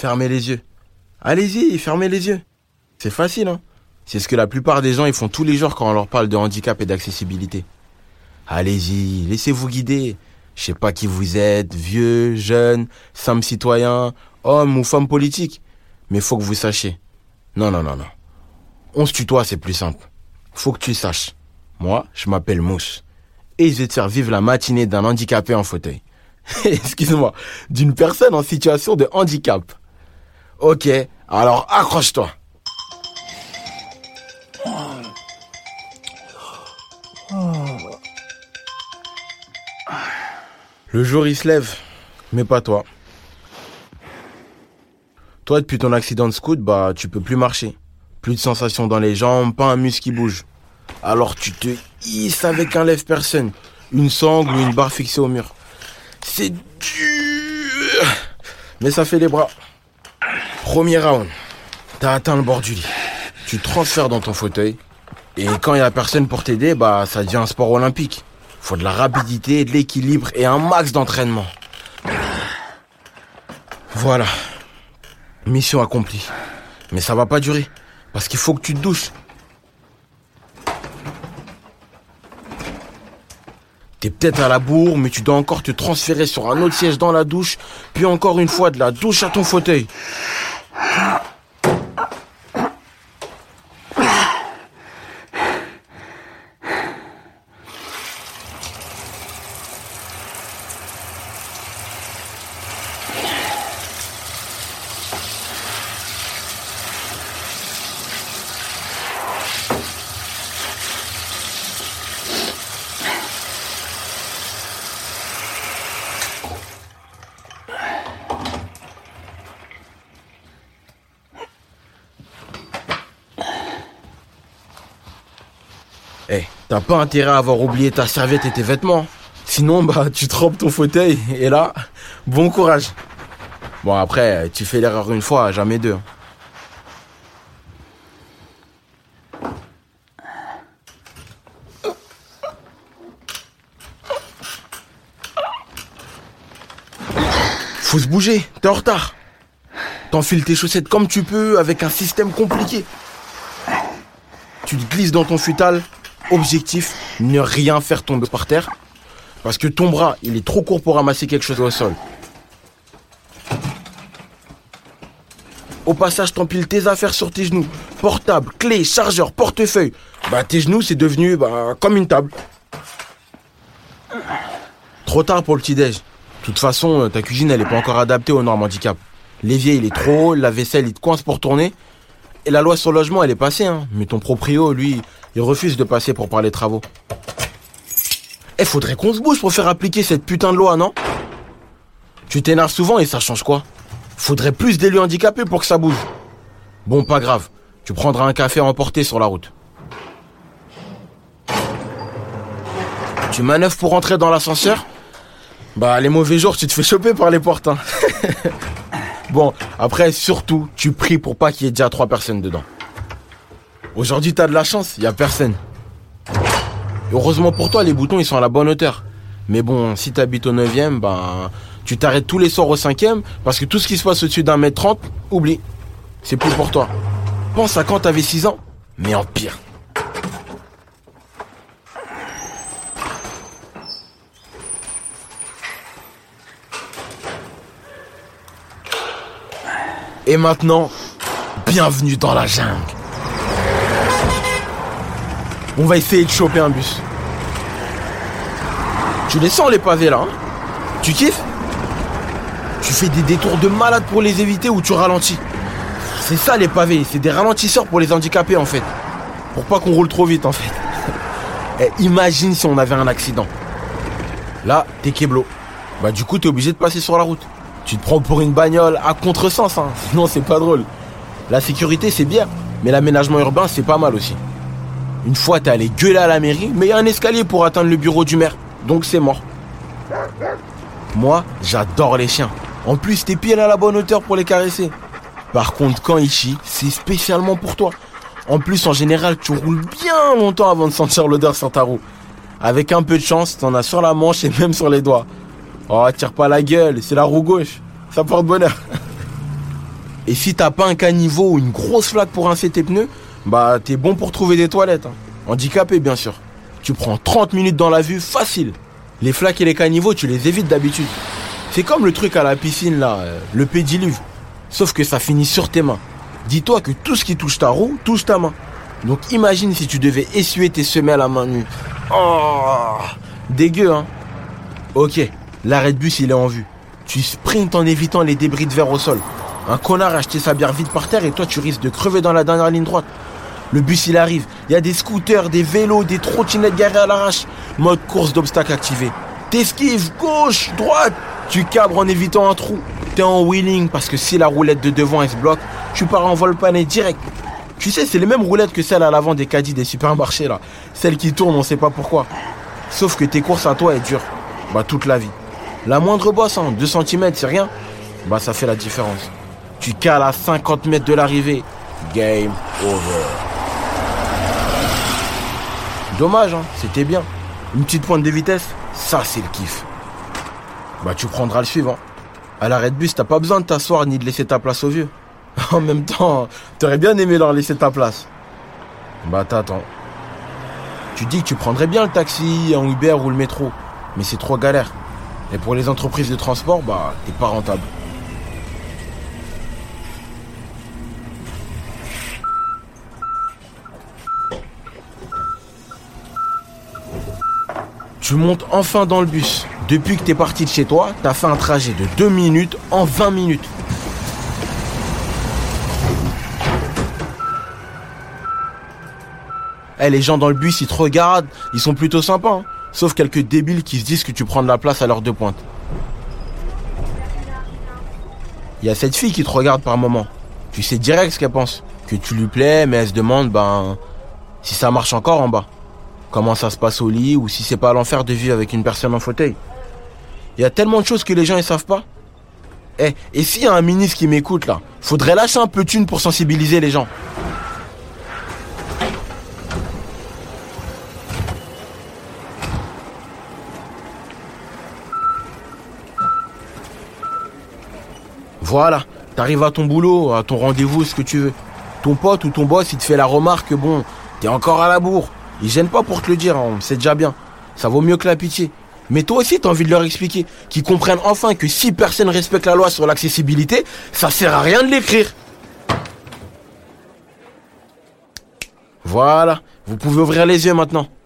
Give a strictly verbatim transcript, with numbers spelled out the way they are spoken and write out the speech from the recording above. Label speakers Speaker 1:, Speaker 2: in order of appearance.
Speaker 1: Fermez les yeux. Allez-y, fermez les yeux. C'est facile, hein. C'est ce que la plupart des gens ils font tous les jours quand on leur parle de handicap et d'accessibilité. Allez-y, laissez-vous guider. Je sais pas qui vous êtes, vieux, jeune, simple citoyen, homme ou femme politique. Mais faut que vous sachiez. Non, non, non, non. On se tutoie, c'est plus simple. Faut que tu saches. Moi, je m'appelle Mousse. Et je vais te faire vivre la matinée d'un handicapé en fauteuil. Excuse-moi, d'une personne en situation de handicap. Ok, alors accroche-toi. Le jour il se lève, mais pas toi. Toi, depuis ton accident de scoot, bah tu peux plus marcher. Plus de sensation dans les jambes, pas un muscle qui bouge. Alors tu te hisses avec un lève-personne, une sangle ou une barre fixée au mur. C'est dur, mais ça fait les bras. Premier round, t'as atteint le bord du lit. Tu te transfères dans ton fauteuil. Et quand il n'y a personne pour t'aider, bah ça devient un sport olympique. Faut de la rapidité, de l'équilibre et un max d'entraînement. Voilà. Mission accomplie. Mais ça va pas durer. Parce qu'il faut que tu te douches. T'es peut-être à la bourre, mais tu dois encore te transférer sur un autre siège dans la douche, puis encore une fois de la douche à ton fauteuil. Eh, hey, t'as pas intérêt à avoir oublié ta serviette et tes vêtements. Sinon, bah, tu trempes ton fauteuil et là, bon courage. Bon, après, tu fais l'erreur une fois, jamais deux. Faut se bouger, t'es en retard. T'enfiles tes chaussettes comme tu peux avec un système compliqué. Tu te glisses dans ton futal. Objectif, ne rien faire tomber par terre. Parce que ton bras, il est trop court pour ramasser quelque chose au sol. Au passage, t'empiles tes affaires sur tes genoux. Portable, clé, chargeur, portefeuille. Bah, tes genoux, c'est devenu bah, comme une table. Trop tard pour le petit-déj. De toute façon, ta cuisine, elle est pas encore adaptée aux normes handicap. L'évier, il est trop haut, la vaisselle, il te coince pour tourner. Et la loi sur le logement, elle est passée, hein. Mais ton proprio, lui, il refuse de passer pour parler travaux. Eh, faudrait qu'on se bouge pour faire appliquer cette putain de loi, non? Tu t'énerves souvent et ça change quoi? Faudrait plus d'élus handicapés pour que ça bouge. Bon, pas grave. Tu prendras un café à emporter sur la route. Tu manœuvres pour entrer dans l'ascenseur? Bah, les mauvais jours, tu te fais choper par les portes, hein. Bon, après, surtout, tu pries pour pas qu'il y ait déjà trois personnes dedans. Aujourd'hui, t'as de la chance, y a personne. Heureusement pour toi, les boutons, ils sont à la bonne hauteur. Mais bon, si t'habites au neuvième, ben, tu t'arrêtes tous les soirs au cinquième, parce que tout ce qui se passe au-dessus d'un mètre trente, oublie. C'est plus pour toi. Pense à quand t'avais six ans, mais en pire. Et maintenant, bienvenue dans la jungle. On va essayer de choper un bus. Tu les sens les pavés là, hein? Tu kiffes? Tu fais des détours de malade pour les éviter ou tu ralentis? C'est ça les pavés, c'est des ralentisseurs pour les handicapés en fait. Pour pas qu'on roule trop vite en fait. Et imagine si on avait un accident. Là, t'es kéblo. Bah du coup t'es obligé de passer sur la route. Tu te prends pour une bagnole à contresens, hein. Sinon c'est pas drôle. La sécurité c'est bien, mais l'aménagement urbain c'est pas mal aussi. Une fois t'es allé gueuler à la mairie, mais il y a un escalier pour atteindre le bureau du maire. Donc c'est mort. Moi, j'adore les chiens. En plus tes pieds à la bonne hauteur pour les caresser. Par contre quand ils chient, c'est spécialement pour toi. En plus en général tu roules bien longtemps avant de sentir l'odeur sur ta roue. Avec un peu de chance, t'en as sur la manche et même sur les doigts. Oh, tire pas la gueule, c'est la roue gauche. Ça porte bonheur. Et si t'as pas un caniveau ou une grosse flaque pour rincer tes pneus, bah t'es bon pour trouver des toilettes. Hein. Handicapé bien sûr. Tu prends trente minutes dans la vue, facile. Les flaques et les caniveaux, tu les évites d'habitude. C'est comme le truc à la piscine là, euh, le pédiluve. Sauf que ça finit sur tes mains. Dis-toi que tout ce qui touche ta roue, touche ta main. Donc imagine si tu devais essuyer tes semelles à main nue. Oh, dégueu hein. Ok, l'arrêt de bus il est en vue. Tu sprintes en évitant les débris de verre au sol. Un connard a acheté sa bière vide par terre et toi tu risques de crever dans la dernière ligne droite. Le bus il arrive, il y a des scooters, des vélos, des trottinettes garées à l'arrache. Mode course d'obstacles activé. T'esquives, gauche, droite. Tu cabres en évitant un trou. T'es en wheeling parce que si la roulette de devant elle se bloque, tu pars en vol pané direct. Tu sais, c'est les mêmes roulettes que celles à l'avant des caddies des supermarchés là. Celles qui tournent, on sait pas pourquoi. Sauf que tes courses à toi elles durent. Bah toute la vie. La moindre bosse, hein, deux centimètres c'est rien. Bah ça fait la différence. Tu cales à cinquante mètres de l'arrivée. Game over. Dommage, hein, c'était bien. Une petite pointe de vitesse, ça c'est le kiff. Bah tu prendras le suivant. À l'arrêt de bus, t'as pas besoin de t'asseoir ni de laisser ta place aux vieux. En même temps, t'aurais bien aimé leur laisser ta place. Bah t'attends. Tu dis que tu prendrais bien le taxi, un Uber ou le métro. Mais c'est trop galère. Et pour les entreprises de transport, bah t'es pas rentable. Tu montes enfin dans le bus. Depuis que t'es parti de chez toi, t'as fait un trajet de deux minutes en vingt minutes. Eh, les gens dans le bus, ils te regardent, ils sont plutôt sympas. Hein. Sauf quelques débiles qui se disent que tu prends de la place à l'heure de pointe. Il y a cette fille qui te regarde par moment. Tu sais direct ce qu'elle pense. Que tu lui plais, mais elle se demande, ben, si ça marche encore en bas. Comment ça se passe au lit, ou si c'est pas l'enfer de vivre avec une personne en fauteuil. Il y a tellement de choses que les gens ils savent pas. Eh, et s'il y a un ministre qui m'écoute là, faudrait lâcher un peu de thune pour sensibiliser les gens. Voilà, t'arrives à ton boulot, à ton rendez-vous, ce que tu veux. Ton pote ou ton boss, il te fait la remarque que bon, t'es encore à la bourre. Il gêne pas pour te le dire, hein, c'est déjà bien. Ça vaut mieux que la pitié. Mais toi aussi, t'as envie de leur expliquer, qu'ils comprennent enfin que si personne respecte la loi sur l'accessibilité, ça sert à rien de l'écrire. Voilà, vous pouvez ouvrir les yeux maintenant.